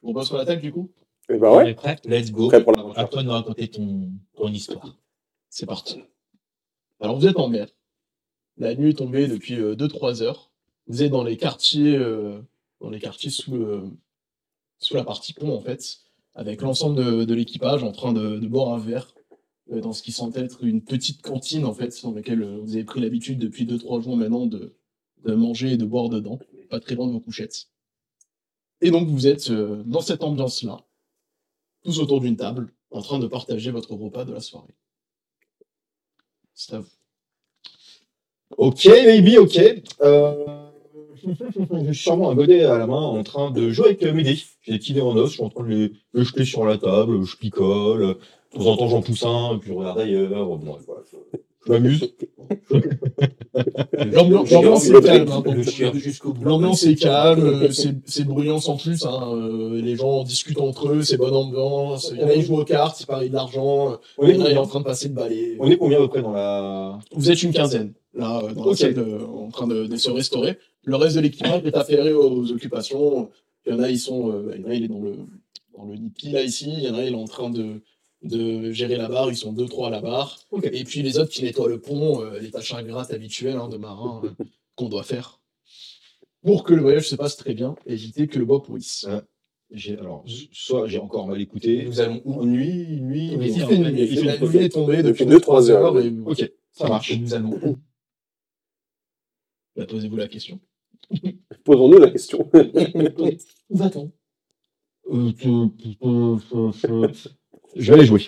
On passe sur l'attaque du coup. Et bah On ouais, est prêt? Let's go. prêt pour À l'aventure. toi de nous raconter ton histoire. C'est parti. Alors vous êtes en mer. La nuit est tombée depuis 2-3 heures. Vous êtes dans les quartiers sous la partie pont en fait, avec l'ensemble de l'équipage en train de boire un verre dans ce qui semble être une petite cantine en fait, dans laquelle vous avez pris l'habitude depuis 2-3 jours maintenant de manger et de boire dedans, pas très loin de vos couchettes. Et donc vous êtes dans cette ambiance-là, tous autour d'une table, en train de partager votre repas de la soirée. C'est à vous. Ok, baby, ok. Je suis sûrement un godet à la main en train de jouer avec mes dés. J'ai des petits dés en os, je suis en train de les jeter sur la table, je picole. De temps en temps, j'en pousse un, puis je regarde ailleurs. Bon, voilà, je m'amuse. L'ambiance est calme. Hein, Le chien jusqu'au bout. l'ambiance est calme, c'est bruyant sans plus. Hein, les gens discutent entre eux, c'est bonne ambiance. Il y en a qui jouent aux cartes, ils parient de l'argent. On Il y en a est, qui sont en train de passer le balai. on est combien à peu près dans la... Vous êtes une quinzaine, là, dans la Ok. salle, en train de se restaurer. Le reste de l'équipage est affairé aux occupations. Il y en a, il est dans le nipi, là, ici. Il y en a, il est en train de gérer la barre. Ils sont 2-3 à la barre. Ok. Et puis les autres qui nettoient le pont, les tâches ingrates habituelles hein, de marin qu'on doit faire. Pour que le voyage se passe très bien, éviter que le bois pourrisse. Alors, soit j'ai encore mal écouté. Nous allons où? Nuit. Mais il en fait fait, nuit. La nuit est tombée Depuis depuis 2-3 heures. heures. Et... Ok, ça marche. Nous allons où? Bah, posez-vous la question. Posons-nous la question. Où va-t-on? Je vais aller jouer.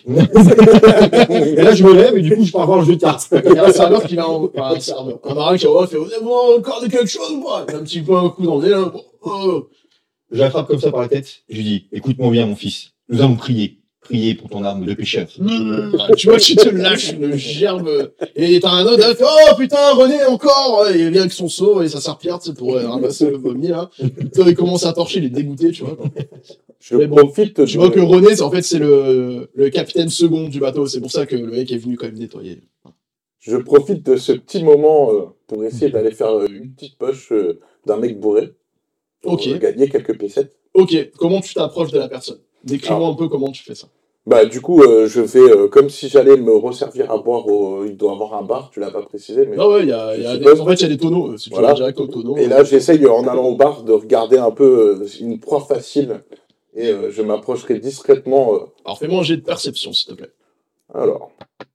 Et là, je me lève et du coup, je pars voir le jeu de cartes. Il y a un serveur qui vient, enfin, un serveur, un marin qui fait, vous avez encore de quelque chose ou pas? Un petit peu un coup dans le nez, là. Oh. Je l'attrape comme ça par la tête et je lui dis, écoute-moi bien, mon fils. Nous allons prier. Prier pour ton arme de pêcheur. Tu vois qu'il te lâche une gerbe, et t'as un autre, là, qui fait, oh putain, René, encore! Il vient avec son seau et sa serpillère, tu sais, pour ramasser le vomi, là. Toi, il commence à torcher, il est dégoûté, tu vois. Je Mais bon, profite. Tu vois que René, c'est le capitaine second du bateau, c'est pour ça que le mec est venu quand même nettoyer. Je profite de ce petit moment pour essayer d'aller faire une petite poche d'un mec bourré. Pour Ok. gagner quelques piécettes. Ok, comment tu t'approches de la personne? Décris-moi un peu comment tu fais ça. Bah du coup, je fais comme si j'allais me resservir à boire. Il doit avoir un bar, tu l'as pas précisé, mais. Ah ouais, suppose. en fait, il y a des tonneaux. Si tu Voilà. vas direct au tonneau. Et là, j'essaye en allant au bar de regarder un peu une proie facile et je m'approcherai discrètement. Alors fais-moi un jet de perception, s'il te plaît. Alors,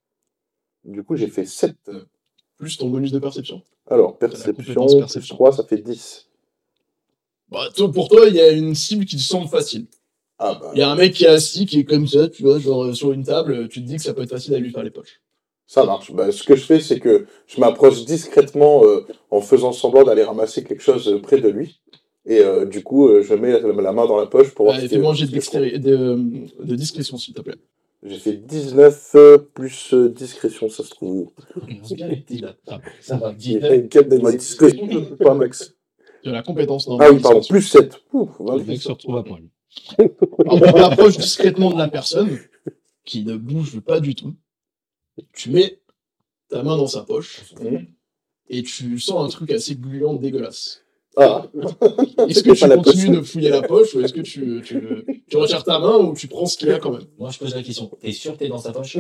du coup, j'ai fait 7. Plus ton bonus de perception. Alors, la perception, compétence plus perception. 3, ça fait 10. Bah, pour toi, il y a une cible qui te semble facile. Ah bah, Il y a un mec qui est assis, qui est comme ça, tu vois, genre sur une table, tu te dis que ça peut être facile à lui faire les poches. ça marche. Bah, ce que je fais, c'est que je m'approche discrètement en faisant semblant d'aller ramasser quelque chose près de lui. Et du coup, je mets la main dans la poche pour voir Allez, ce fais-moi un que- jet ce de, que je trouve. de discrétion, s'il te plaît. J'ai fait 19 plus discrétion, ça se trouve. On bien été là. Ça va. Il y a une quête de ma discrétion, je ne peux pas, Max. De la compétence Ah normale. oui, pardon, plus 7. Ouf, Le 28. mec se retrouve à poil. Alors, tu t'approches discrètement de la personne, qui ne bouge pas du tout. Tu mets ta main dans sa poche, et tu sens un truc assez gluant, dégueulasse. Ah, Est-ce que C'était pas tu la continues poche. de fouiller la poche, ou est-ce que tu retires ta main, ou tu prends ce qu'il y a quand même? Moi, je pose la question. T'es sûr que t'es dans sa poche?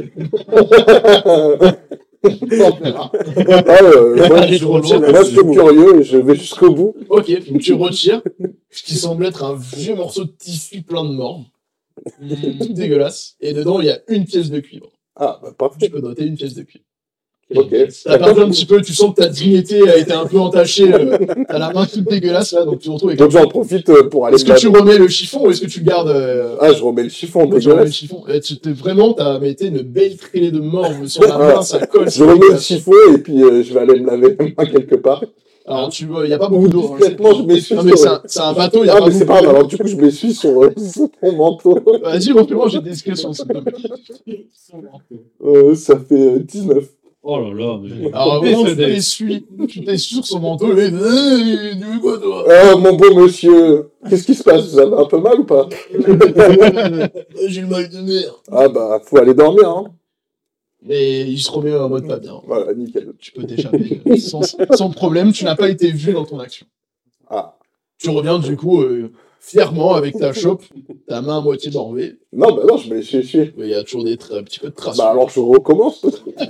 moi, Allez, trop loin. moi, je suis curieux et je vais jusqu'au bout. Ok, donc tu retires ce qui semble être un vieux morceau de tissu plein de morve, tout dégueulasse, et dedans il y a une pièce de cuivre. Ah, bah Tu parfait. peux noter une pièce de cuivre. Ok. T'as perdu un petit peu, tu sens que ta dignité a été un peu entachée, t'as la main toute dégueulasse là, donc tu te retrouves avec... Donc j'en profite pour aller Est-ce que tu remets le chiffon ou est-ce que tu le gardes Ah, je remets le chiffon, Ouais, tu remets le dégueulasse. chiffon. T'as été une belle traînée de morve sur la main, ça colle. Je remets le chiffon et puis je vais aller me laver la main quelque part. Alors tu vois, il y a pas beaucoup d'eau. hein. Discrètement, je m'essuie Non mais sur... c'est un bateau, il y a Ah, pas mais c'est pas beaucoup grave, d'eau. alors du coup, je m'essuie sur mon manteau. Vas-y, refais-moi, j'ai des discrétions, s'il te plaît. Ça fait 19. Oh là là, mais... Alors vraiment, tu t'essuies sur son manteau, et tu veux quoi, toi? Oh, mon beau monsieur, qu'est-ce qui se passe? Vous avez un peu mal ou pas? J'ai le mal de mer. Ah bah, faut aller dormir, hein. Mais il se remet en mode pas bien. Voilà, nickel. Tu peux t'échapper sans problème, tu n'as pas été vu dans ton action. Ah, Tu reviens du coup, fièrement avec ta chope, ta main à moitié dormée. Non, bah non, je me l'ai essuyer. Il y a toujours un petit peu de traces. Bah alors je recommence.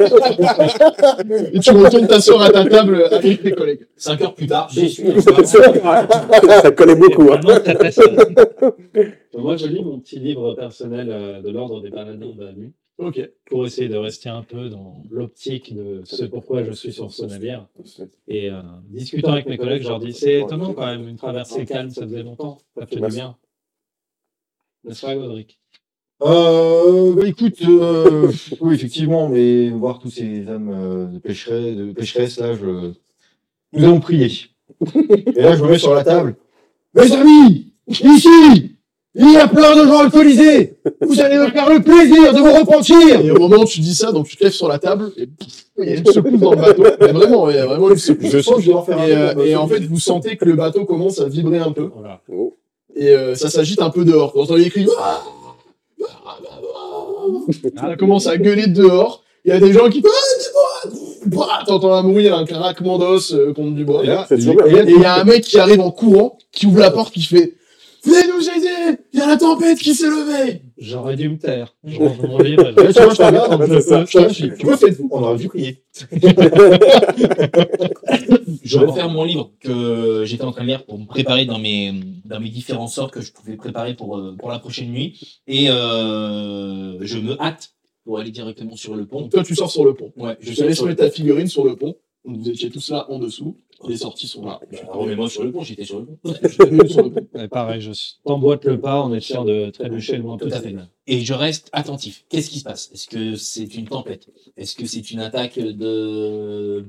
Et tu retournes t'asseoir à ta table avec tes collègues. 5 heures plus tard, j'y suis. Ça collait beaucoup. Hein. Vraiment très facile. Moi, je lis mon petit livre personnel de l'ordre des paladins de la nuit Ok. pour essayer de rester un peu dans l'optique de ce pourquoi je suis sur Sonalière. Et discutant avec mes collègues, je leur dis c'est étonnant quand même, une traversée calme, ça faisait longtemps, ça fait du bien. N'est-ce pas, Godric? Bah écoute, oui, effectivement, mais voir tous ces âmes de pécheresses, là, nous allons prier. Et là, je me mets sur la table. Mes amis, ici, il y a plein de gens alcoolisés. Vous allez me faire le plaisir de vous repentir. Et au moment où tu dis ça, donc tu te lèves sur la table, et il y a une secousse dans le bateau. Mais vraiment, il y a vraiment une secousse. Je sens que je vais en faire un peu. Et en fait, vous sentez que le bateau commence à vibrer un peu. Voilà. Oh. Et ça s'agite un peu dehors. Vous entendez les cris. Ça commence à gueuler de dehors. Il y a des gens qui t'entends un bruit, un craquement d'os contre du bois. Et là, C'est toujours Et il y a un mec qui arrive en courant, qui ouvre la porte, qui fait venez nous aider, il y a la tempête qui s'est levée. J'aurais dû me taire. Je range mon livre. Et là, tu vois, je te regarde, C'est ça. je te suis. Que faites-vous? On aurait dû crier. Je referme mon livre que j'étais en train de lire pour me préparer dans mes différents sorts que je pouvais préparer pour la prochaine nuit. Et je me hâte pour aller directement sur le pont. Donc toi, tu sors sur le pont. Ouais, Je te laisse mettre ta figurine sur le pont. Donc vous étiez tous là en dessous. Les sorties sont là. Remets-moi sur le pont, j'étais sur le pont. Je t'ai mis sur le pont. Et pareil, je t'emboîte le pas en essayant de trébucher le moins Tout à fait. possible. Et je reste attentif. Qu'est-ce qui se passe? Est-ce que c'est une tempête? Est-ce que c'est une attaque de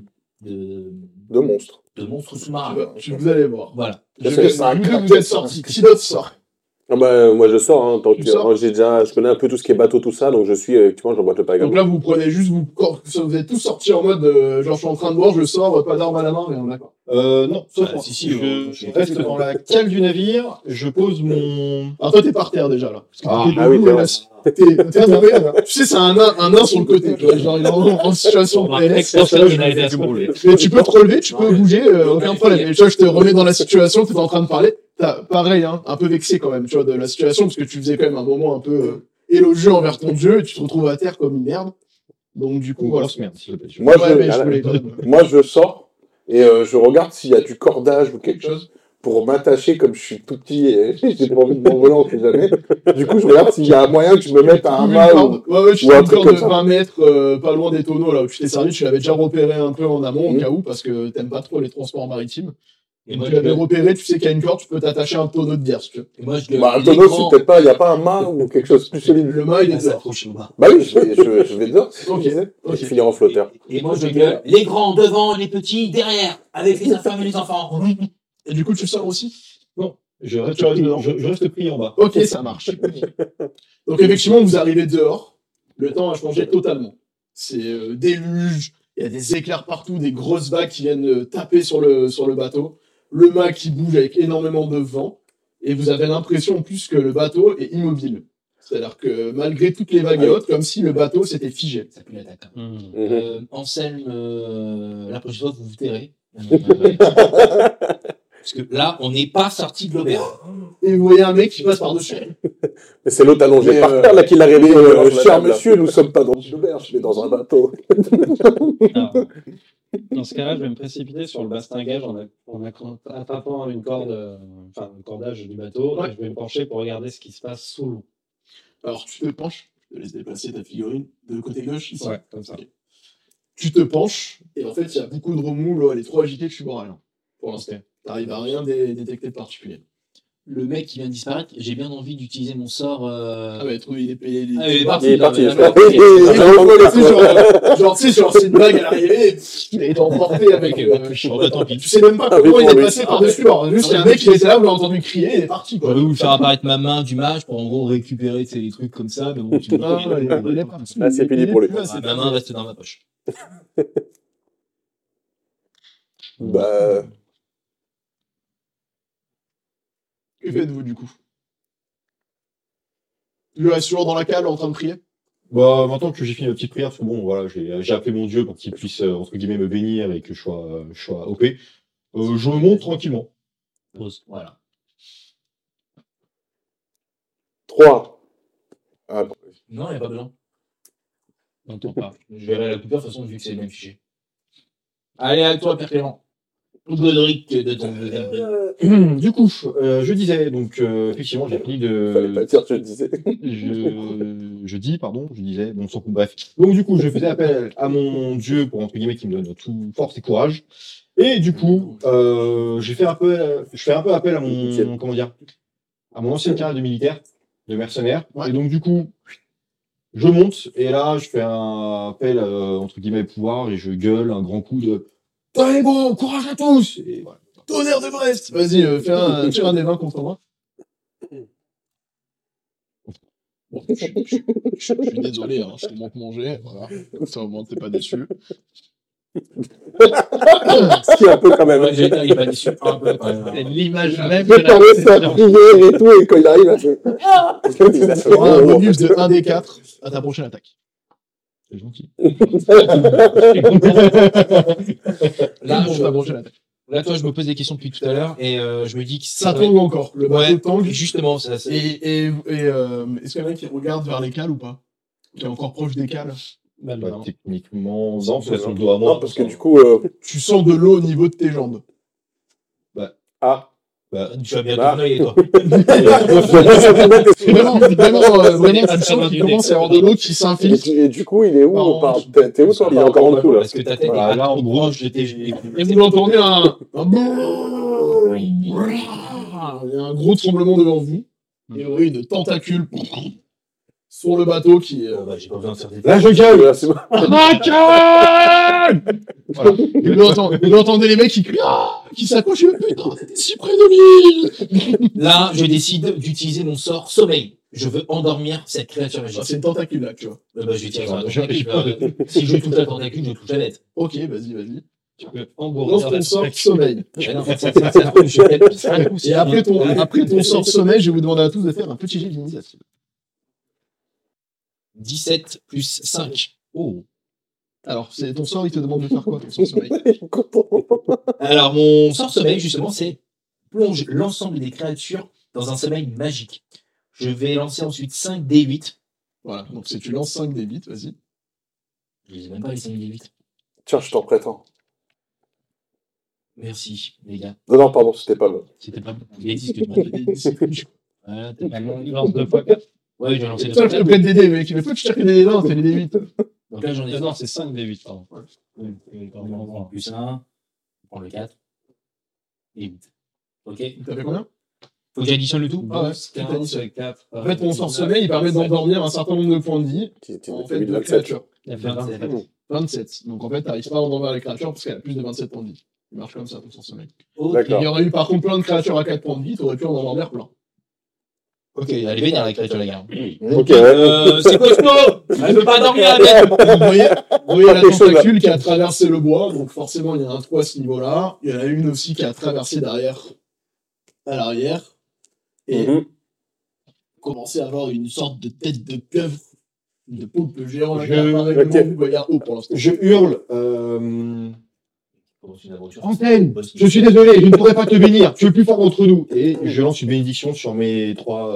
monstres. monstres sous-marins? Vous allez voir. Voilà. Parce que ça a Vous deux, craqué. vous êtes sortis. Qui d'autre sort? Ah bah, moi je sors, hein, tant Tu que sors moi, je connais un peu tout ce qui est bateau, tout ça, donc je suis effectivement, j'emboîte le pas Donc également. là, vous prenez juste, vous êtes tous sortis en mode, genre, je suis en train de boire, je sors, pas d'arme à la main, mais on est d'accord. Non, sauf Ah, moi. si, Je reste dans la cale du navire, je pose mon... Alors toi, t'es par terre déjà, là. Parce que Ah, t'es oui, debout, t'es et là, t'es tombé, là. Tu sais, c'est un nain sur le côté. Tu vois, genre, il est en situation de PS. Personne ne m'a aidé à se relever. Mais tu peux te relever, tu peux bouger, aucun problème. Et tu vois, je te remets dans la situation que t'étais en train de parler. Pareil, hein, un peu vexé quand même, tu vois, de la situation, parce que tu faisais quand même un moment un peu élogieux envers ton dieu, et tu te retrouves à terre comme une merde. Donc du coup, voilà. Grosse merde, s'il te plaît. Moi, Ouais, mais je voulais quand même. moi je sors et je regarde s'il y a du cordage ou quelque chose pour m'attacher comme je suis tout petit et j'ai pas envie de m'envoler, on sait jamais. Du coup, je regarde s'il y a un moyen que je me mette à un mât ou... Ouais, tu ou as un une truc corde de comme ça. 20 mètres, pas loin des tonneaux, là où tu t'es servi, tu l'avais déjà repéré un peu en amont, au Mhm. cas où, parce que t'aimes pas trop les transports maritimes. Et Donc, moi, tu l'avais repéré, tu sais qu'il y a une corde, tu peux t'attacher à un tonneau de bière, si tu veux. Bah, un tonneau, c'est peut-être pas, il n'y a pas un mât ou quelque chose de plus solide. Le mât, il est Ah, ça dehors. accroche au bas. Bah oui, je vais dedans. c'est ce que Ok, je disais. ok. Je finir en flotteur. Et moi, je gueule, les grands devant, les petits derrière, avec les femmes et les enfants. Et du coup, tu sors aussi? Je reste Tu restes pris, dedans. je reste pris en bas. Ok, ça marche. Donc effectivement, vous arrivez dehors, le temps a changé totalement. C'est déluge, il y a des éclairs partout, des grosses vagues qui viennent taper sur le bateau, le mât qui bouge avec énormément de vent, et vous avez l'impression en plus que le bateau est immobile. C'est-à-dire que malgré toutes les vagues et autres, comme si le bateau s'était figé. Ça pue l'attaque. Mhm. Anselme, la prochaine fois, vous vous tairez. Parce que là, on n'est pas sorti de l'auberge. Et vous voyez un mec qui passe par-dessus. Mais c'est l'autre allongé Mais, par terre, là, qui l'a réveillé. sur la Cher table, là. monsieur, nous sommes pas dans une auberge, mais dans un bateau. Alors, dans ce cas-là, je vais me précipiter sur le bastingage en attrapant une corde, enfin, le cordage du bateau, Ouais. et je vais me pencher pour regarder ce qui se passe sous l'eau. Alors tu te penches, je te laisse déplacer ta figurine de côté gauche, ici. Ouais, comme ça. Ok. Tu te penches, et en fait, il y a beaucoup de remous, l'eau elle est trop agitée que tu vois rien. Pour l'instant. T'arrives à rien détecter de particulier. Le mec qui vient de disparaître, j'ai bien envie d'utiliser mon sort. Ah ouais, il est Ah, il est parti. Il est parti. là, je là, crois. là, Et il faut laisser Ouais. genre, tu sais, genre, c'est une blague à l'arrivée, et il est emporté avec. Bon, bah, tant pis. Tu sais même pas Ah, comment oui, il est oui. passé par-dessus. Alors, juste, il y a un mec qui était là, vous l'avez entendu crier, et il est parti, Je quoi. vais vous faire apparaître ma main du mage pour en gros récupérer des trucs comme ça. Mais bon, tu me dis, Ah, il est parti. Ah, c'est fini pour lui. Il est plus là, Ah, c'est ma main reste dans ma poche. Bah, Que faites-vous, du coup? Tu restes toujours dans la cale en train de prier? Bah, maintenant que j'ai fini ma petite prière, parce que bon, voilà, j'ai appelé mon Dieu pour qu'il puisse, entre guillemets, me bénir et que je sois OP, je me monte tranquillement. Pause. Voilà. 3. Ah, bon. Non, il n'y a pas besoin. On t'en parle. Je verrai la coupure, de toute façon, vu que c'est le même fichier. Allez, à toi, Père Clément. Ou Godric de ton Du coup, je disais, donc, effectivement, j'ai pris Fallait pas de. dire, je le disais. Je disais, bon, sans coup, bref. Donc, du coup, je faisais appel à mon Dieu pour, entre guillemets, qui me donne tout force et courage. Et du coup, je fais un peu appel à mon, comment dire, à mon ancienne carrière de militaire, de mercenaire. Ouais. Et donc, du coup, je monte, et là, je fais un appel, entre guillemets, pouvoir, et je gueule un grand coup de allez, bon, courage à tous! Et voilà. Tonnerre de Brest. Vas-y, tire un des 20 contre moi. Bon, je suis désolé, hein, je te manque manger. Voilà. Ça, au moins, t'es pas déçu. Ce qui est un peu quand même. Ouais, j'allais dire, il est pas déçu. Un peu, quand même. C'est l'image même Je de parlais sa la prière et tout, et quand il arrive, là, je... Tu auras un bonus de 1 des 4 à ta prochaine attaque. C'est gentil. Là, Pour ta prochaine attaque. là, toi, je me pose des questions depuis tout à l'heure et je me dis que Ça tangue encore. Le bateau Ouais, tangue. justement, ça. Est-ce qu'il y en a qui regarde vers les cales ou pas? Qui est encore proche des cales? Bah, non. techniquement, non, parce qu'elles sont le dos à moi. Non, parce que du coup... Tu sens de l'eau au niveau de tes jambes. Ah. Tu vas bien Bah. ton œil, toi. Vraiment, tu sens qu'il commence à y avoir de l'eau qui s'infiltre. Et du coup, il est où? Pardon. T'es où, toi? Il est encore en dessous, là. Parce que ta tête est Voilà, pas là, trop en gros, proche de tes genoux. Et vous entendez il y a un gros tremblement devant vous. Et oui, de tentacules sur le bateau qui est. Bah, j'ai pas besoin de faire des. Là, je gueule! Là, c'est bon. Voilà. Et vous entendez les mecs qui crient qui s'accrochent. Putain, t'étais si près de l'île. Là, je décide d'utiliser mon sort sommeil. Je veux endormir cette créature magique. C'est une tentacule là, tu vois. Bah, je vais tirer sur la tentacule. Si je touche la tentacule, je touche la tête. Ok, vas-y. Tu peux Lance engourdir ton la sort spectre. sommeil. Mais non, ça touche la tête. Et après ton sort sommeil, je vais vous demander à tous de faire un petit jet d'initiative. 17 plus 5. Oh. Alors, c'est ton sort, il te demande de faire quoi, ton sort sommeil? Il est content. Alors, mon sort sommeil, justement, c'est plonge l'ensemble des créatures dans un sommeil magique. Je vais lancer ensuite 5 D8. Voilà, donc si tu lances 5 des 8, vas-y. Je les ai même pas les 5 D8. Tiens, je t'en prête un. Merci, les gars. Non, pardon, c'était pas le... C'était pas beaucoup. Il existe que tu Voilà, t'es pas loin. Il lance 2 fois 4. Ouais, j'ai lancé Putain, je te le prête des dés, mec. Mais faut que je tire que des dés, non, c'est les dés 8. Donc là, j'en ai Non, c'est 5 des 8, pardon. on prend plus 1. On prend le 4. Et 8. Ok. T'as fait combien? Faut que j'additionne le tout. Ah ouais, 15 avec 4. En fait, ton sort sommeil, il permet d'endormir un certain nombre de points de vie, en fait, de créatures. Il y a 27. 27. Donc en fait, t'arrives pas à endormir les créatures parce qu'elle a plus de 27 points de vie. Il marche comme ça, ton sort sommeil. Ok, D'accord. Il y aurait eu par contre plein de créatures à 4 points de vie, t'aurais pu en endormir plein. elle est vénère la créature, les gars. Ok, ouais. C'est Cosmo. Elle veut pas dormir, la bête. Vous voyez la tentacule qui a traversé le bois, donc forcément il y a un trou à ce niveau-là. Il y en a une aussi qui a traversé derrière, à l'arrière, et Mhm. commencé à avoir une sorte de tête de pieuvre, de poulpe géant là, qui Je- apparaît ok. devant vous, voyez, haut pour l'instant. Je hurle, Antenne, je suis désolé, je ne pourrais pas te bénir, tu es le plus fort d'entre nous. Et je lance une bénédiction sur mes trois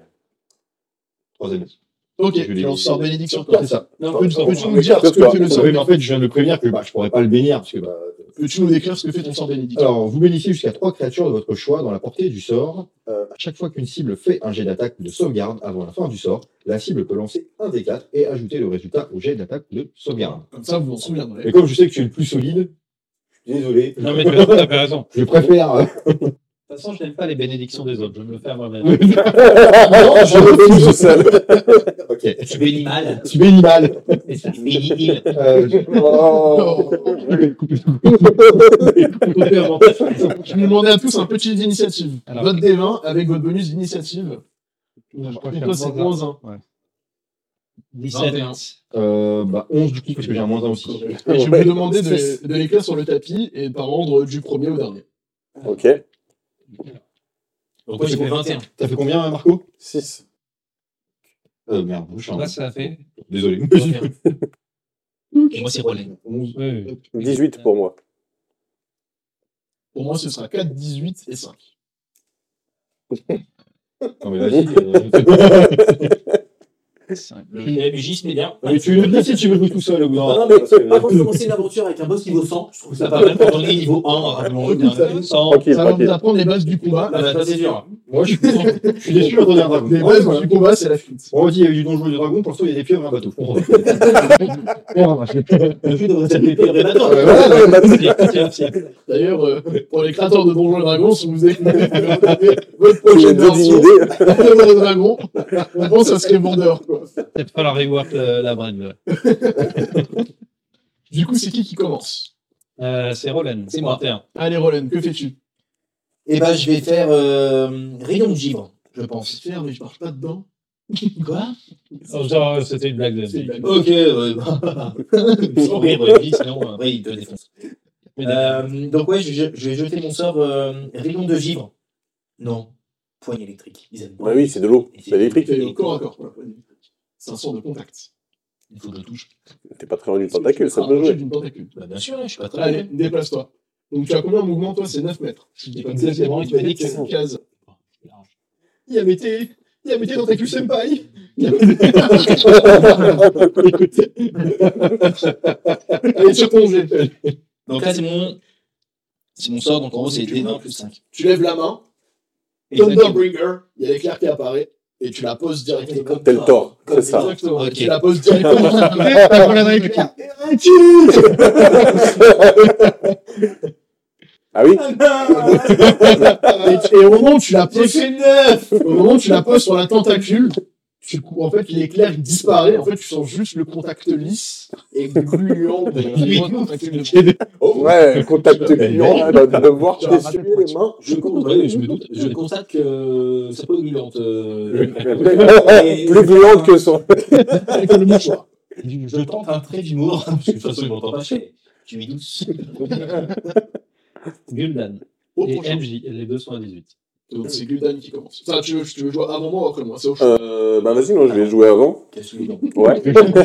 amis. Ok, Je tu l'ai lances dit. sort bénédiction sur toi. C'est ça. Non, peux-tu Attends, nous dire ce que toi. fait le sort Oui, mais en fait, je viens de le prévenir que je pourrais pas le bénir. Parce que, Peux-tu nous décrire ce que fait ton sort bénédiction? Alors, vous bénéficiez jusqu'à 3 créatures de votre choix dans la portée du sort. À chaque fois qu'une cible fait un jet d'attaque ou de sauvegarde avant la fin du sort, la cible peut lancer un des 4 et ajouter le résultat au jet d'attaque ou de sauvegarde. Comme ça, vous vous en souviendrez. Et comme je sais que tu es le plus solide, je suis désolé. Non, mais t'as raison. Je préfère. De toute façon, je n'aime pas les bénédictions des autres. Je vais me le faire moi-même. Non, je le bénis tout seul. Ok. Tu bénis mal. Tu bénis mal. Et ça bénis il. Oh. Je vais demander à tous un petit jet d'initiative. Alors, Votre D20 avec votre bonus d'initiative. Je crois Pour que toi, c'est moins 1. 17. 11 du coup, parce que j'ai un moins 1 aussi. Et je vais vous demander de l'écrire sur le tapis et par ordre du premier au dernier. Ok. Donc moi, j'ai fait 21. T'as fait combien, Marco 6. Merde, je suis un... Là, ça a fait. Désolé. Et moi, c'est relais. 11. Oui. 18 pour moi. Pour moi, ce sera 4, 18 et 5. Non, mais vas-y. Le MJ, c'est bien. Mais tu me dis si tu veux jouer tout seul au bout d'un Non, moment. mais parce que- par contre, commencer une aventure avec un boss niveau 100, je trouve ça pas mal quand on est niveau 1, rapidement. Tranquille, Ça va vous tranquille. apprendre les bases du combat. Ah bah, ça, c'est sûr. Moi, je suis déçu de Donner Dragon. Les bases du combat, c'est la fuite. On dit il y a eu du donjon et du dragon, pour l'instant il y a des pieuvres et un bateau. On revient. Le jeu devrait s'appeler Pire et Bâton. D'ailleurs, pour les créateurs de Donjons et Dragons, si vous écoutez votre Tu prochaine me donnes une version idée. de Donjons et Dragons, je pense que ça serait vendeur, quoi. Peut-être falloir rework la brand. Ouais. Du coup, c'est qui commence? C'est Roland. C'est moi. 21. Allez, Roland, que fais-tu? Eh ben, je vais faire Rayon de Givre, je pense. Faire, mais je marche pas dedans. Quoi? Oh, genre, c'était une blague de C'est une blague. Ok, sans rire, sinon, après, il te défonce. Donc, ouais, je vais jeter mon sort Rayon de Givre. Non, poigne électrique. Ils aiment pas. Bah oui, c'est de l'eau. C'est électrique. Fais au corps à corps. Voilà. C'est un sort de contact. Il faut que je le touche. T'es pas très loin du tentacule, ça peut Rapprocher jouer. d'une tentacule. Bah, bien sûr, je suis pas très Allez, déplace-toi. Donc, tu as combien de mouvements, toi? C'est 9 mètres. Si je dis pas de bêtises, Exactement, tu m'as dit que c'est une case. Il y avait tes tentacules senpai. Allez, sur ton jet. Donc là, c'est mon sort, donc en gros, c'est D20 plus 5. Tu lèves la main. Exactement. Thunderbringer. Il y a l'éclair qui apparaît. Et tu la poses directement. Tel tort, c'est ça. Exactement. Ok. Tu la poses directement. Ah oui? Et au moment où tu la poses, au moment où tu la poses sur la tentacule, en fait, l'éclair il disparaît. En fait, tu sens juste le contact lisse et gluant de la tentacule. Ouais, contact client, de voir t'essuyer les mains. Je me doute. Je constate que ça peut être gluante. Plus gluante que son. Avec le mouchoir. Je tente un trait d'humour, parce que de toute façon, il m'entend pas chier. Tu es douce. Gul'dan. Au Et prochain. MJ, les deux sont à 18. Donc, c'est Gul'dan qui commence. Ça, tu veux jouer avant moi ou après moi? C'est au choix. Bah vas-y, non, je vais jouer avant. Qu'est-ce que tu veux? Ouais.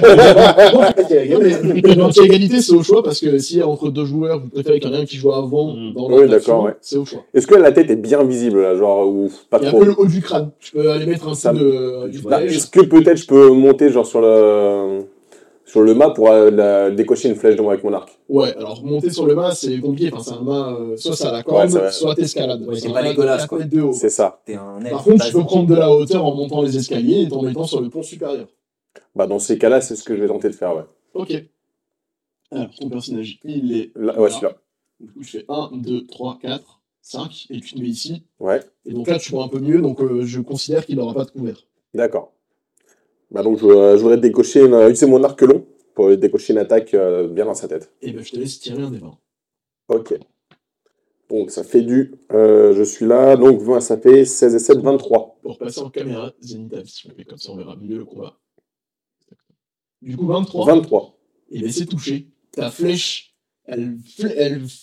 L'anti-égalité, c'est au choix parce que si entre deux joueurs, vous préférez qu'il y en ait un qui joue avant dans Oui, l'action, d'accord, ouais. c'est au choix. Est-ce que la tête est bien visible là, genre ou pas Il y a un trop? peu le haut du crâne. Tu peux aller mettre un Ça- coup du Bah, voyage. est-ce que peut-être je peux monter genre sur le mât pour décocher une flèche de moi avec mon arc? Ouais, alors monter sur le mât, c'est compliqué. Enfin, c'est un mât, soit ça a la corde, Ouais, ça va. soit t'escalades. Ouais, c'est un pas mât de Legolas, 4 quoi. mètres de haut. C'est ça. T'es un Par contre, tu peux prendre de la hauteur en montant les escaliers et t'en mettant sur le pont supérieur. Bah dans ces cas-là, c'est ce que je vais tenter de faire, ouais. Ok. Alors, ton personnage, il est Là, ouais, celui-là. Du coup, je fais 1, 2, 3, 4, 5, et tu te mets ici. Ouais, Et donc là, tu vois un peu mieux, donc je considère qu'il n'aura pas de couvert. d'accord. Bah donc je voudrais décocher utiliser mon arc long pour décocher une attaque bien dans sa tête. Et ben, je te laisse tirer un des 20. Ok. Donc ça fait je suis là, donc 20, ça fait 16 et 7, 23. Pour passer en caméra zénithale, si je le fais comme ça, on verra mieux le combat. Du coup, 23. 23. Et ben, c'est touché. Ta flèche, elle file,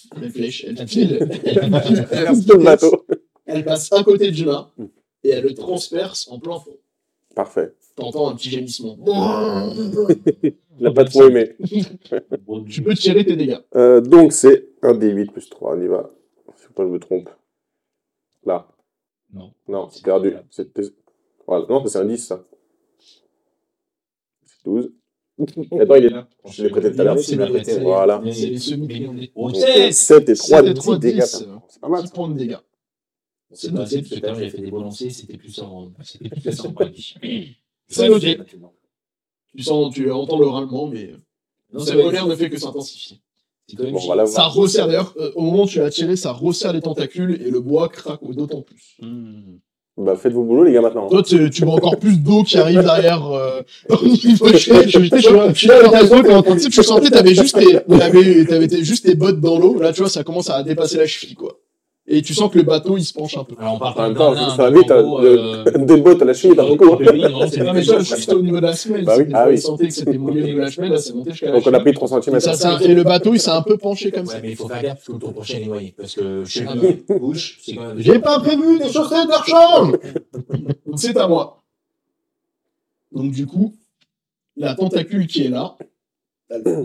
Le bateau. elle passe à côté du nain, et elle le transperce en plein fond. Parfait. T'entends un petit gémissement. Il n'a pas trop aimé. Tu peux tirer tes dégâts. Donc c'est un D8 plus 3, on y va. Faut pas que je me trompe. Là. Non. Non, c'est perdu. Voilà. Non, c'est un 10 ça. C'est 12. Attends, il est là. Je l'ai prêté tout à l'heure. C'est bien prêté. Voilà. C'est les semi-triangles. Oh, Donc, c'est 7 et 3, 7 et 10 3, dégâts. 10. C'est pas mal. 10 points de dégâts. C'est noté, parce que tout à l'heure, j'avais fait des beaux lancers, c'était plus en break. C'est noté. Tu entends le râlement, mais Non, sa c'est colère ne fait que s'intensifier. C'est quand même Bon, voilà. Ça resserre d'ailleurs, au moment où tu l'as tiré, ça resserre les tentacules et le bois craque d'autant plus. Bah faites vos boulot les gars maintenant. Toi, tu vois encore plus d'eau qui arrive derrière. Au niveau tu sentais, t'avais juste tes bottes dans l'eau. Là, tu vois, ça commence à dépasser la cheville, quoi. Et tu sens que le bateau, il se penche un peu. Alors, on parle En même d'un temps, nain, ça va donc, vite, en gros, des bottes à la cheville, t'as beaucoup. oui, non, c'est Non, pas mais mais toi, juste au niveau de la semelle. Bah oui, si ah tu oui. sentais que c'était mouillé au niveau de la semelle, là, c'est monté jusqu'à la Donc on a cheville. pris 3 cm. Et le bateau, il s'est un peu penché comme ça. Ouais, mais il faut faire gaffe parce que le tour prochain est noyé. Parce que chez Ah nous, bouche, c'est quand même. J'ai pas prévu des chaussettes de rechange. Donc c'est à moi. Donc du coup, la tentacule qui est là, elle te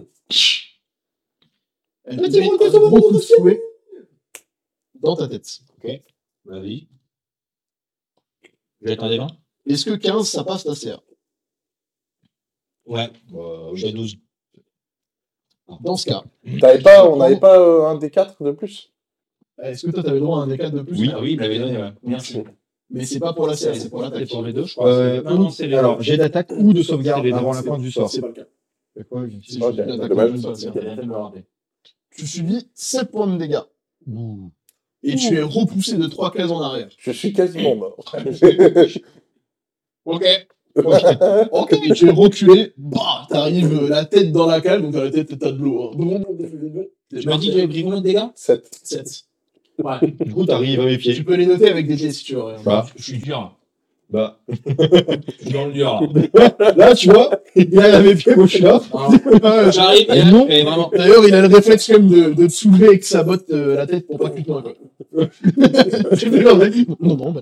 met un gros coup de fouet dans ta tête. Vas-y. Je jette un des 20. Est-ce que 15, ça passe ta CR? Ouais, Oui. j'ai 12. Dans ce cas, On n'avait pas un des 4 de plus? est-ce que toi, t'avais le droit à un des 4 de plus? Oui. Ah oui, il me l'avait donné, ouais. Merci. Mais c'est pas pour la CR, c'est pour C'est l'attaque. pour les deux, je crois. Non, c'est les alors, deux. jet d'attaque ou de sauvegarde C'est les deux. avant la fin du sort. C'est pas le cas. C'est quoi, C'est Ok, juste l'attaque, dommage. juste la CR. T'as bien fait de me le rappeler. Tu subis 7 points de dégâts. Ouh. Et tu es repoussé de 3 cases en arrière. Je suis quasiment mort. Ok. Ok, et tu es reculé. Bah, t'arrives la tête dans la cale, donc à la tête, t'as de l'eau. Hein. Tu m'as dit que j'avais pris combien de dégâts? 7. 7. Ouais. Du coup, t'arrives à mes Tu pieds. peux les noter avec des dés si tu veux. Regarde. Bah, Je suis dur. bah. Je suis dans le dur, là. Là, tu vois, il est à mes pieds, moi je suis là. J'arrive, Et et non. et vraiment. D'ailleurs, il a le réflexe quand même de te soulever avec sa botte la tête pour pas que tu tombes, quoi. Tu fais genre, mec, non, non, bah,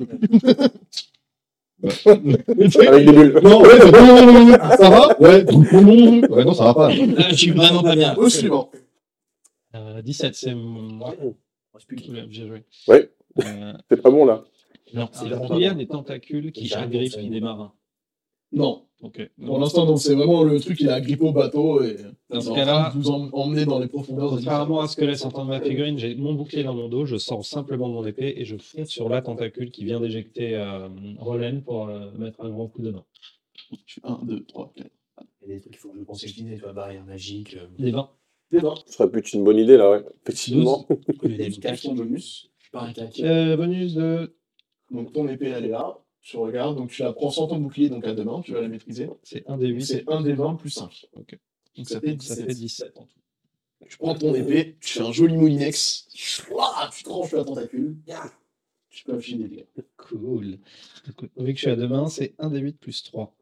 Avec des bulles. Non, ouais, ça va? Ouais. Ouais, non, ça va pas. Là, je suis vraiment pas bien. au suivant. 17, c'est moi. Ouais. Bien joué. Ouais. Euh, C'est pas bon, là. Non, c'est il vraiment y pas a bon. des tentacules qui J'arrive agrippent pour ça. des marins. Non. Ok. Pour l'instant, donc, c'est vraiment le truc, il a agrippé au bateau et Dans ce il est en cas-là, train de vous emmener dans les profondeurs. contrairement à ce que laisse entendre ma figurine, j'ai mon bouclier dans mon dos, je sors simplement mon épée et je fonce sur la tentacule qui vient d'éjecter Roland pour mettre un grand coup de main. 1, 2, 3, 4. Il y a des trucs qu'il faut que je pense que je disais, tu vois, barrière magique, Des 20. C'est bon. Ce serait plus une bonne idée, là, ouais. Effectivement. le délicat, Cache ton bonus. je suis pas un claque. Bonus de. Donc ton épée, elle est là. Tu regardes, donc tu la prends sans ton bouclier, donc à deux mains, tu vas la maîtriser. C'est un des 8. C'est 1 des 20 plus 5. Ok. Donc ça fait Ça 17. fait 17 en tout. Tu prends ton épée, tu fais un joli moulinex, tu tranches la tentacule, tu peux afficher des dégâts. Cool. Vu que je suis à deux mains, c'est 1 des 8 plus 3.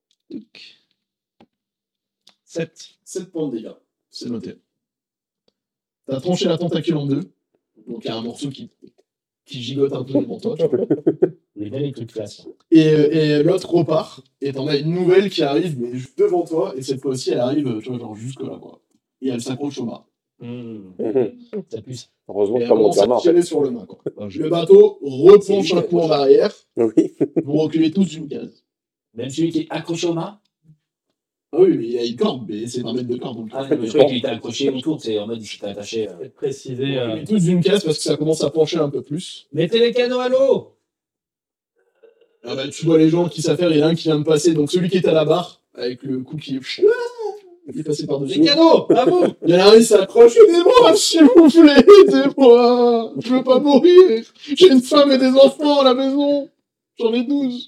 7. 7 points de dégâts, c'est noté. T'as tranché la tentacule en deux, donc il y a un morceau qui gigote un peu devant toi. Tu vois. Les belles trucs classe. Et l'autre repart, et t'en as une nouvelle qui arrive, mais juste devant toi, et cette fois-ci elle arrive, tu vois, genre jusque là, quoi. Et elle s'accroche au mât. Ça pue. Heureusement Et que elle pas mon commence à perma, en tirer fait. sur le mât, quoi. Le bateau replonge un coup en arrière, Oui. vous reculez tous d'une case. Même celui qui est accroché au mât. Ah oui, mais il y a une corde, mais c'est 20 mètres de corde. Donc Ah, je croyais qu'il était accroché autour, c'est en mode il s'était attaché. Préciser. vous reculez tous d'une case parce que ça commence à pencher un peu plus. Mettez les canaux à l'eau. Ah bah, tu vois les gens qui s'affairent, il y en a un qui vient de passer, donc celui qui est à la barre, avec le coup qui il est passé par-dessus. Les canaux, à vous. Il y en a un, il s'accroche, aidez-moi, s'il vous plaît, aidez-moi, je veux pas mourir, j'ai une femme et des enfants à la maison, j'en ai 12,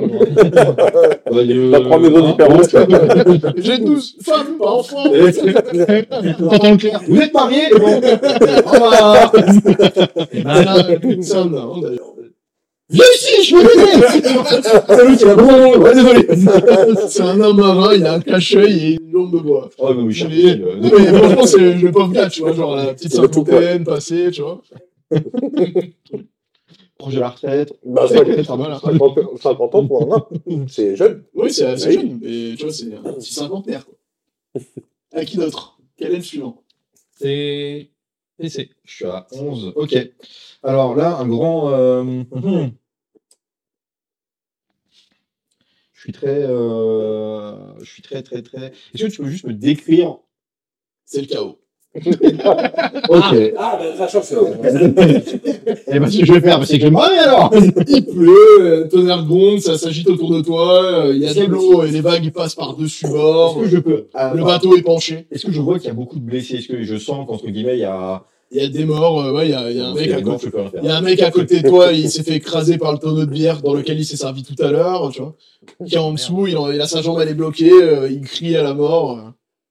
Va prendre des autres différentes. j'ai 12 femmes, pas enfants. T'entends le clair. Vous êtes mariés? C'est un nain, hein, d'ailleurs. Viens ici, je veux l'aider. C'est lui qui a bon. Ouais, désolé. C'est un nain marin, il a un cache-œil et une lampe de bois. Oh, mais oui, cher. Mais franchement, c'est le pauvre gars, tu vois, genre la petite C'est le tout, cinquantaine passée, tu vois. Proche de la retraite. Bah, Pas mal, hein. 50 ans pour un nain. C'est jeune. Oui, c'est assez Oui. jeune, mais tu vois, c'est un petit cinquantenaire, quoi. À qui d'autre? Quel est le suivant? C'est. Et c'est. Je suis à 11. Ok. Alors là, un grand. Je suis très. Je suis très. Est-ce que tu peux juste me décrire? C'est le chaos. Ok. Ah, bah, ça chauffe. Et ben, ce que je vais faire, c'est que je vais me marier alors. Il pleut, tonnerre gronde, ça s'agite autour de toi, il y a de l'eau et les vagues passent par-dessus bord, Est-ce que je peux. le bateau est penché. Est-ce que je vois qu'il y a beaucoup de blessés? Est-ce que je sens qu'entre guillemets, il y a. Il y a des morts, ouais, il y a un mec à côté. Je peux rien faire. Il y a un mec à côté de toi, il s'est fait écraser par le tonneau de bière dans lequel il s'est servi tout à l'heure, tu vois. Qui est en dessous, il a sa jambe, elle est bloquée, il crie à la mort.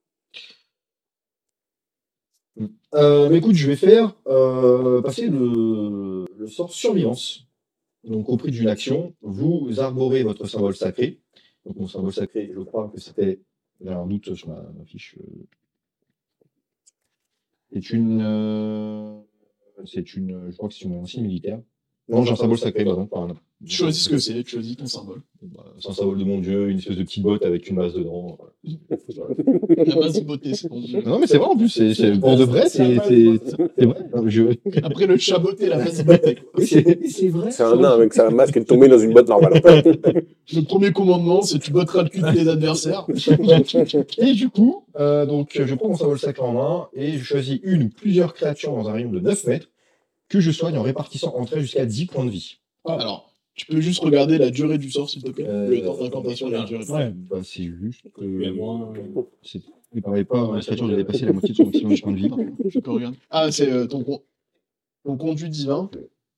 Mais écoute, je vais faire passer le sort survivance. Donc, au prix d'une action, vous arborez votre symbole sacré. Donc, mon symbole sacré, je crois que c'était. J'ai un doute sur ma fiche. C'est une. Je crois que c'est une insigne militaire. Non, j'ai un symbole sacré, bah non, pas un. Tu choisis ce que c'est, tu choisis ton symbole. C'est un symbole de mon dieu, une espèce de petite botte avec une masse dedans. La base beauté, c'est ton jeu. Non, mais c'est vrai en plus, pour de vrai, c'est vrai. Après le chat beauté, la base beauté. Quoi. C'est vrai. C'est un nain avec sa masque et tombé dans une boîte normale. Le premier commandement, c'est tu botteras le cul de tes adversaires. Et du coup, donc, je prends mon symbole sacré en main et je choisis une ou plusieurs créatures dans un rayon de 9 mètres que je soigne en répartissant entre elles jusqu'à 10 points de vie. Alors, tu peux juste regarder la durée du sort, s'il te plaît. Le temps d'incantation et la durée. Ouais. Bah, c'est juste que. Mais moins. Il ne paraît pas la créature de dépasser la moitié de son maximum de points de vie. Je peux regarder. Ah, c'est ton conduit divin.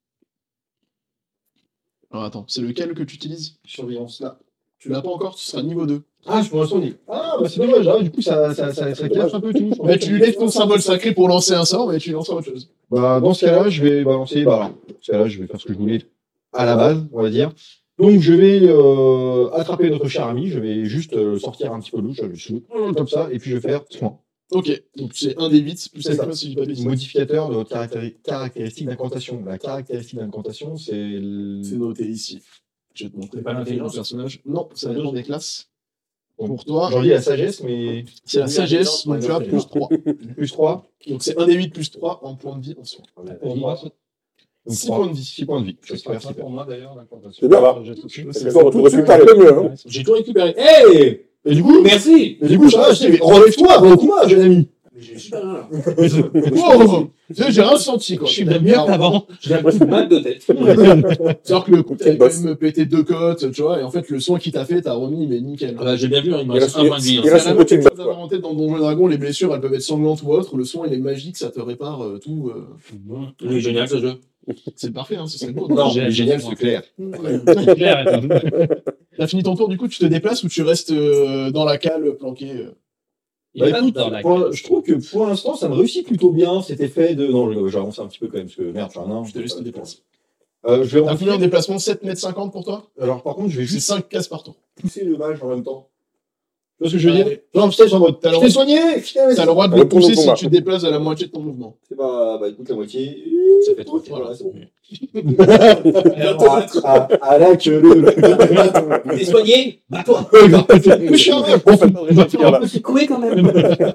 Alors attends, c'est lequel que tu utilises? Surveillance là. Tu l'as pas encore, tu seras niveau 2. Ah, je pourrais sonner. Ah, bah c'est dommage, là, du coup, ça casse un peu tout. Mais tu lèves ton symbole sacré pour lancer un sort, mais tu lances autre chose. Bah, dans ce cas-là, je vais balancer. Bah, dans ce cas-là, je vais faire ce que je voulais à la base, on va dire. Donc, je vais attraper notre cher ami. Je vais juste sortir un petit peu l'eau, je le saute, comme ça, et puis je vais faire soin. Ok, donc c'est 1 des 8, plus C'est ça. quelque chose si je dis pas de bêtises. Modificateur de votre caractéristique d'incantation. La caractéristique d'incantation, c'est. C'est noté ici. Je vais te montrer C'est pas l'intelligence. le personnage. Non, ça dépend des classes. Pour toi, J'en dis la sagesse, mais. c'est la sagesse, donc tu as plus 3. Plus 3. Donc c'est 1 des 8 plus 3 en points de vie en soi. Pour moi, 6 points de vie. 6 points de vie. Je c'est super, pas ça super. pour moi d'ailleurs, l'incantation. C'est bien, va. C'est Bon, tu résultat un peu mieux. Hein. J'ai tout récupéré. Hey! Et du coup, Merci! relève-toi avant moi, jeune ami. J'ai super bien là. Oh, j'ai rien senti quoi. Je suis bien mieux qu'avant. J'ai un petit mal de tête. C'est-à-dire que le coup, t'avais quand Boss. même pété 2 côtes, tu vois, et en fait, le soin qu'il t'a fait, t'as remis, mais nickel. Ah bah, j'ai bien vu, hein, il me Il reste reste- un point de vie. hein. il reste C'est une vraiment petite quelque chose botte, à quoi. avoir en tête dans Donjons et Dragons, les blessures, elles peuvent être sanglantes ou autres, le soin, il est magique, ça te répare tout. Il est génial ce jeu. C'est parfait, hein, ce serait beau. Non, J'ai- Génial, c'est clair. Claire, T'as fini ton tour, du coup, tu te déplaces ou tu restes dans la cale planqué il Bah est pas écoute, dans la je trouve que pour l'instant, ça me réussit plutôt bien cet effet de. Non, j'avance un petit peu quand même, parce que merde, je suis un nain. Je te laisse te déplacer. Je vais T'as combien en refaire. déplacement? 7,50 m pour toi? Alors par contre, je vais C'est juste 5 cases par tour. pousser le mage en même temps. Tu vois ce que je veux dire? Allez. Non, putain, je suis en mode. T'as le Je droit- t'ai soigné! Putain, T'as le droit de le Retourne au pousser si combat. tu te déplaces à la moitié de ton mouvement. C'est pas. Bah écoute, la moitié. Ça fait trop. Voilà, c'est bon. droite. À la queue le. T'es soigné? Bah toi! Mais je suis un nain! Voilà. C'est coué quand même!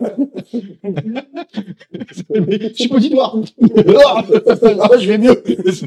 Je suis petit noir! Ah bah je vais mieux!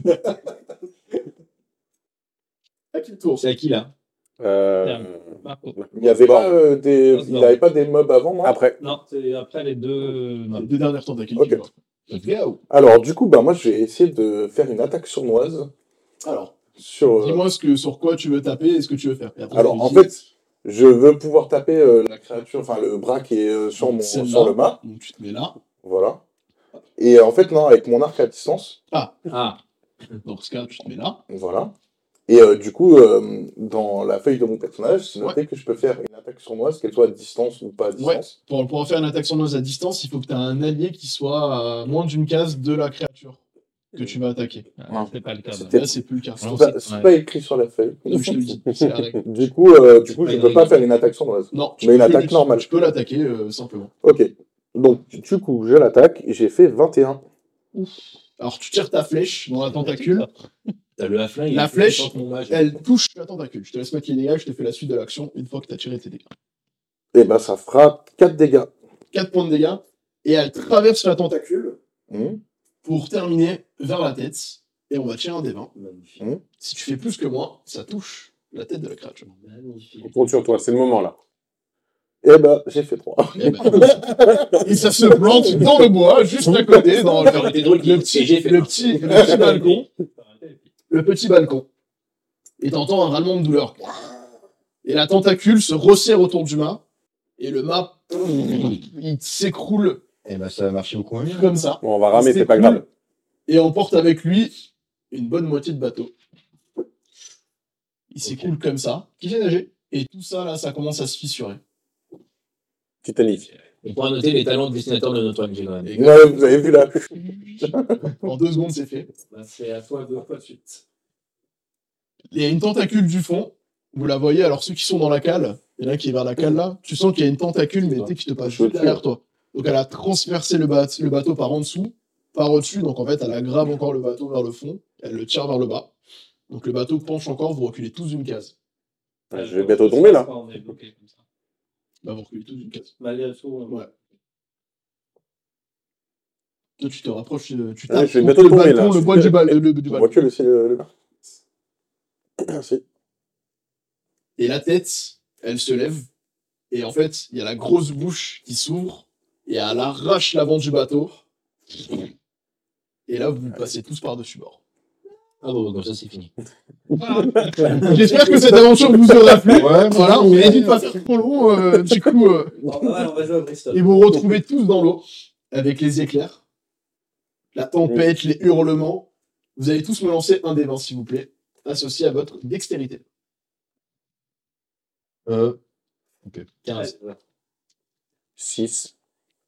À qui le tour? C'est à qui là? Marco. Il n'y avait, Bon. pas, il avait pas des mobs avant, moi. Après. Non, c'est après les deux. Les 2 dernières tentacules. Ok. tu vois. Let's go! Alors, du coup, bah, moi, je vais essayer de faire une attaque sournoise Alors, sur. dis-moi sur quoi tu veux taper et ce que tu veux faire. Et après, Alors, je en te dis, fait, je veux pouvoir taper la créature, enfin, le bras qui est celle-là. sur le mât. Donc tu te mets là. Voilà. Et en fait, non, avec mon arc à distance. Ah, Dans ce cas, tu te mets là. Voilà. Et du coup, dans la feuille de mon personnage, c'est noté que je peux faire une attaque sournoise, qu'elle soit à distance ou pas à distance. Pour pouvoir faire une attaque sournoise à distance, il faut que tu aies un allié qui soit à moins d'une case de la créature que tu vas attaquer. Ah, c'est pas le cas. C'était- Là, c'est plus le cas. Non, C'est pas écrit sur la feuille. Je te le dis, c'est la règle. Du coup, je ne peux pas faire une attaque sournoise. Non, Mais une peux attaque juste- normale. Tu peux l'attaquer simplement. Ok. Donc, du coup, je l'attaque et j'ai fait 21. Alors, tu tires ta flèche dans la tentacule. t'as le half-line. La flèche, mon mage. Elle touche la tentacule. Je te laisse mettre les dégâts, je te fais la suite de l'action une fois que tu as tiré tes dégâts. Et ben, ça fera 4 dégâts. 4 points de dégâts. Et elle traverse la tentacule Mmh. pour terminer vers la tête. Et on va tirer un des 20. Magnifique. Si tu fais plus que moi, ça touche la tête de la créature. Magnifique. On compte sur toi, c'est le moment là. Et ben, j'ai fait 3. Et, et ça se plante dans le bois, juste à côté, dans Ça aurait été drôle qu'il y ait j'ai fait. le petit balcon. Le petit balcon. Et t'entends un râlement de douleur. Et la tentacule se resserre autour du mât. Et le mât, il s'écroule Eh ben ça a marché beaucoup mieux. comme ça. Bon, on va ramer, C'est c'est pas cool. grave. Et emporte avec lui une bonne moitié de bateau. Il s'écoule comme ça. Qui sait nager? Et tout ça, là, ça commence à se fissurer. Titanic. On pourra noter les talents de dessinateur de notre MG quand même. Et Ouais, vous avez vu là. en 2 secondes, c'est fait. Bah, c'est à toi 2 fois de suite. Il y a une tentacule du fond. Vous la voyez, alors ceux qui sont dans la cale, il y en a un qui est vers la cale là. Tu sens qu'il y a une tentacule, mais tu sais qui te passe juste derrière toi. Donc elle a transpercé le bateau par en dessous, par au-dessus. Donc en fait, elle aggrave encore le bateau vers le fond. Elle le tire vers le bas. Donc le bateau penche encore, vous reculez tous d'une case. Je vais bientôt tomber là. On est bloqué comme ça. Bah, vous reculez tous d'une case. Malgré tout. Ouais. Toi, tu te rapproches, tu Ouais, tapes je vais contre bientôt le tomber, balcon, là. le bois du On balcon. voit que le bar. Merci. Et la tête, elle se lève. Et en fait, il y a la grosse bouche qui s'ouvre. Et elle arrache l'avant du bateau. Et là, vous passez tous par-dessus bord. Ah bon, comme ça, c'est fini. J'espère que cette aventure vous aura plu. Ouais, Voilà, on n'hésite pas à faire trop long. Du coup, On va jouer à Bristol. et vous vous retrouvez tous dans l'eau, avec les éclairs, la tempête, les hurlements. Vous allez tous me lancer un des 20, s'il vous plaît, associé à votre dextérité. 15. 6.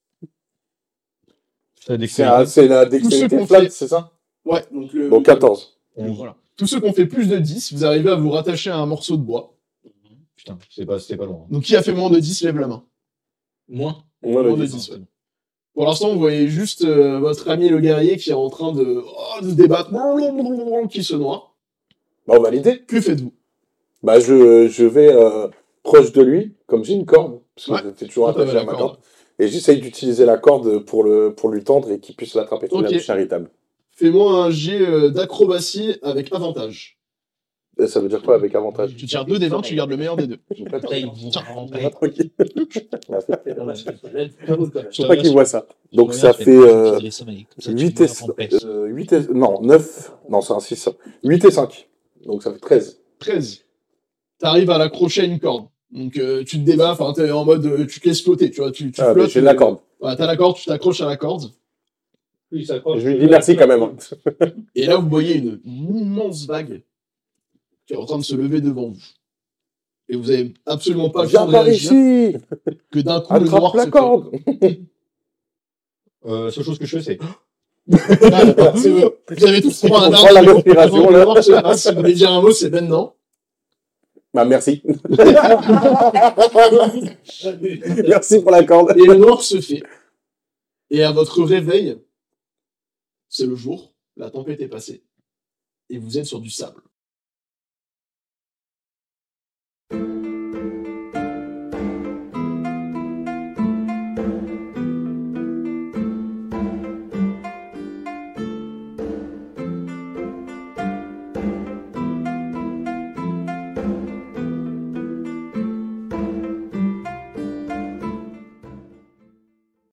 Ça dextérité. C'est la Tous ceux dextérité qu'on flat, fait- c'est ça? Ouais, donc le. Donc 14. Voilà. Tous ceux qui ont fait plus de 10, vous arrivez à vous rattacher à un morceau de bois. Putain, c'était pas loin. Donc qui a fait moins de 10, lève la main. Moins. Moi, Moins le de 10. 10, ouais. Pour l'instant, vous voyez juste votre ami le guerrier qui est en train de se débattre, qui se noie. Bah, on va l'aider. Que faites-vous? Bah, je vais proche de lui, comme j'ai une corde, parce que Ouais. j'étais toujours Toi, t'avais attaché à la ma corde. corde. Et j'essaye d'utiliser la corde pour lui tendre et qu'il puisse l'attraper. Ok. La charitable. Fais-moi un jet d'acrobatie avec avantage. Et ça veut dire quoi avec avantage? Tu tires 2 des 20, tu gardes le meilleur des deux. Après, ils vont rentrer. Ah, tranquille. Merci. Je Je sais pas qui voit ça. Donc ça fait 8 et... non, 9. Non, c'est un 6. 8 et 5. Donc ça fait 13. 13. T'arrives à l'accrocher à une corde. Donc tu te débats, enfin t'es en mode tu te laisses flotter, tu vois, tu Ah, mais flottes. j'ai de la corde. Voilà, t'as la corde, tu t'accroches à la corde. Plus il s'accroche. Je lui dis merci quand même. Hein. Et là, vous voyez une immense vague qui est en train de se lever devant vous. Et vous avez absolument pas le temps Viens de par réagir ici. que d'un coup le noir Attrape la se corde. Seule chose que je fais, c'est. Vous avez tous trois un On prend la arbre. respiration, Le là. noir se passe. Si vous voulez dire un mot, c'est maintenant. Bah merci. Merci pour la corde. Et le noir se fait. Et à votre réveil, c'est le jour, la tempête est passée. Et vous êtes sur du sable.